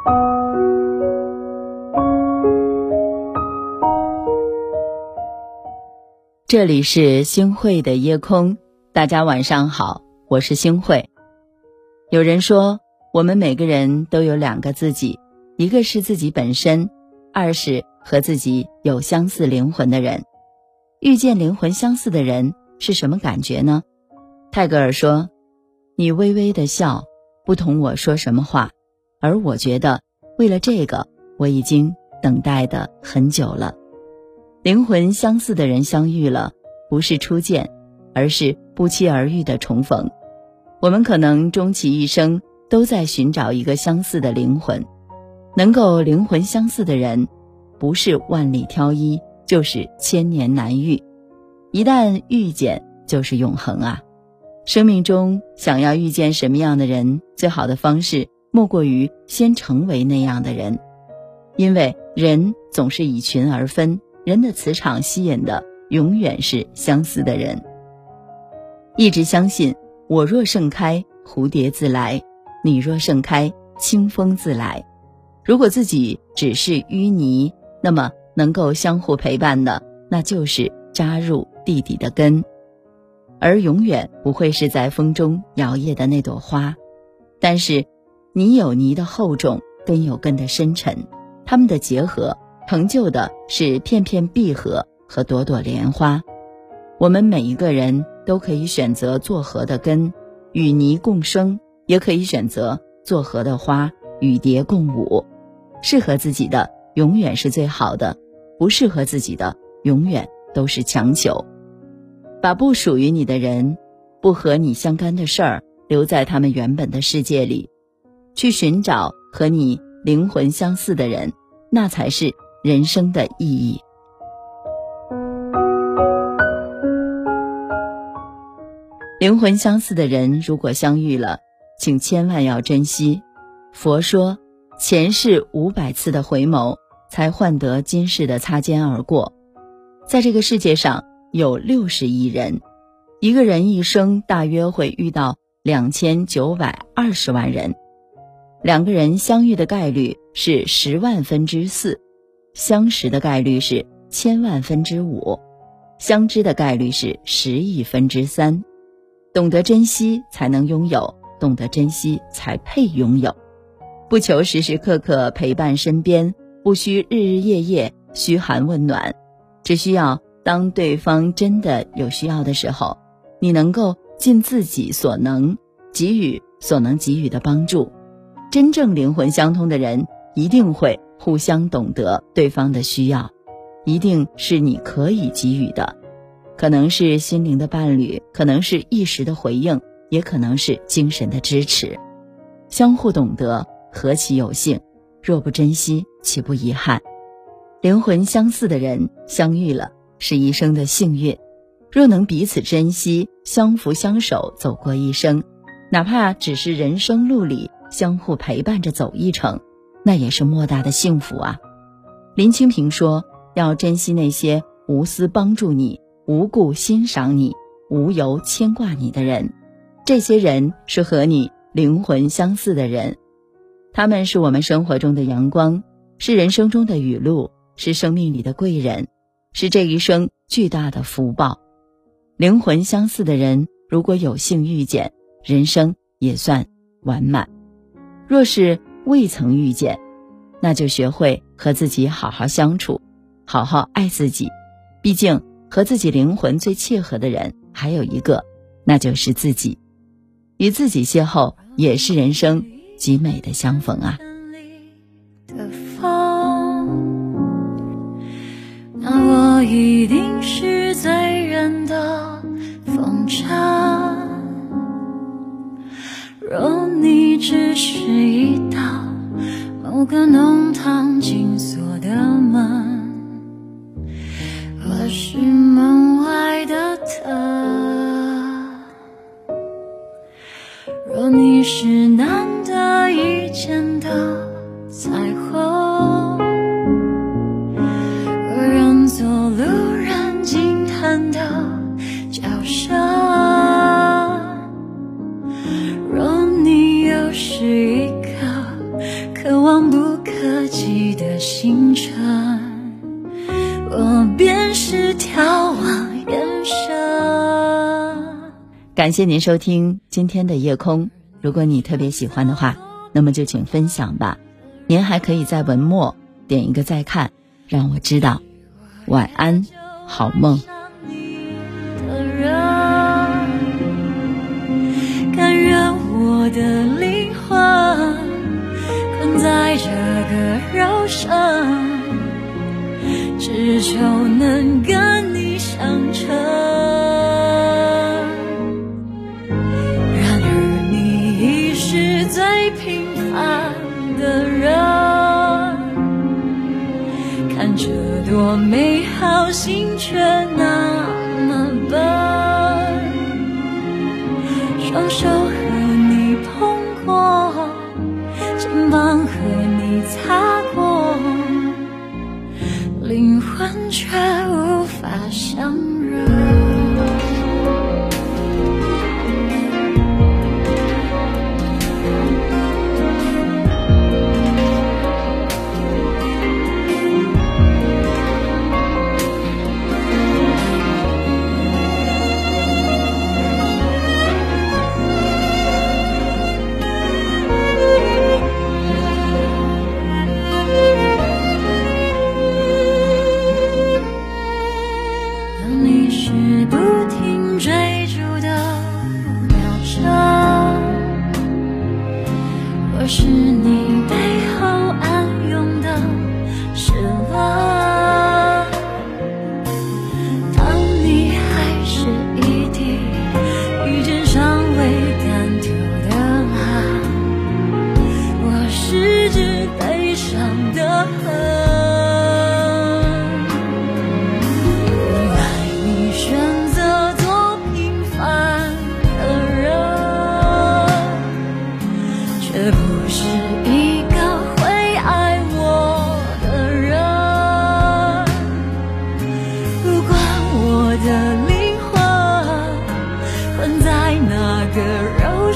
这里是星慧的夜空，大家晚上好，我是星慧。有人说，我们每个人都有两个自己，一个是自己本身，二是和自己有相似灵魂的人。遇见灵魂相似的人是什么感觉呢？泰戈尔说，你微微的笑，不同我说什么话，而我觉得为了这个，我已经等待的很久了。灵魂相似的人相遇了，不是初见，而是不期而遇的重逢。我们可能终其一生都在寻找一个相似的灵魂，能够灵魂相似的人，不是万里挑一，就是千年难遇。一旦遇见，就是永恒啊！生命中想要遇见什么样的人，最好的方式莫过于先成为那样的人。因为人总是以群而分，人的磁场吸引的永远是相似的人。一直相信，我若盛开，蝴蝶自来；你若盛开，清风自来。如果自己只是淤泥，那么能够相互陪伴的，那就是扎入地底的根，而永远不会是在风中摇曳的那朵花。但是泥有泥的厚重，根有根的深沉，它们的结合成就的是片片碧荷和朵朵莲花。我们每一个人都可以选择做荷的根，与泥共生，也可以选择做荷的花，与蝶共舞。适合自己的永远是最好的，不适合自己的永远都是强求。把不属于你的人，不和你相干的事儿，留在他们原本的世界里，去寻找和你灵魂相似的人，那才是人生的意义。灵魂相似的人如果相遇了，请千万要珍惜。佛说，前世500次的回眸，才换得今世的擦肩而过。在这个世界上有60亿人，一个人一生大约会遇到2920万人。两个人相遇的概率是10万分之4，相识的概率是1000万分之5，相知的概率是10亿分之3。懂得珍惜才能拥有，懂得珍惜才配拥有。不求时时刻刻陪伴身边，不需日日夜夜嘘寒问暖，只需要当对方真的有需要的时候，你能够尽自己所能给予所能给予的帮助。真正灵魂相通的人一定会互相懂得对方的需要，一定是你可以给予的，可能是心灵的伴侣，可能是一时的回应，也可能是精神的支持。相互懂得，何其有幸，若不珍惜，岂不遗憾。灵魂相似的人相遇了，是一生的幸运。若能彼此珍惜，相扶相守走过一生，哪怕只是人生路里相互陪伴着走一程，那也是莫大的幸福啊。林清平说，要珍惜那些无私帮助你，无故欣赏你，无由牵挂你的人。这些人是和你灵魂相似的人，他们是我们生活中的阳光，是人生中的雨露，是生命里的贵人，是这一生巨大的福报。灵魂相似的人，如果有幸遇见，人生也算完满。若是未曾遇见，那就学会和自己好好相处，好好爱自己。毕竟和自己灵魂最契合的人还有一个，那就是自己。与自己邂逅也是人生极美的相逢啊。 那我一定是醉人的风筝，若你只是一道某个弄堂紧锁的门，我是门外的他。若你是难得一见的彩虹，若让做路人惊叹的叫声，若你又是一个渴望不感谢您收听今天的夜空，如果你特别喜欢的话，那么就请分享吧。您还可以在文末点一个再看，让我知道。晚安，好梦。 甘愿我的灵魂困在这个肉身，只求能跟你相称。然而你已是最平凡的人，看着多美好，心却那么笨。双手和你碰过，肩膀和你擦过，灵魂却无法相认。我是你背后暗涌的失落，当你还是一滴遇见尚未干透的爱，我是只悲伤的恨。原来你选择做平凡的人，却不是一个会爱我的人。不管我的灵魂困在哪个肉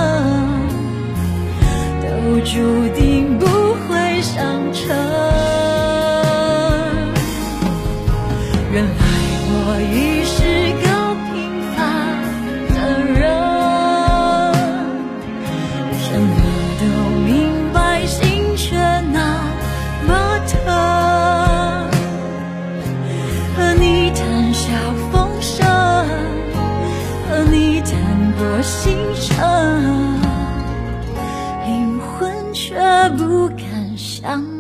身，都注定不会相称。原来我已是个平凡的人，什么都明白，心却那么疼。和你谈笑风生，和你谈过星辰，灵魂却不敢相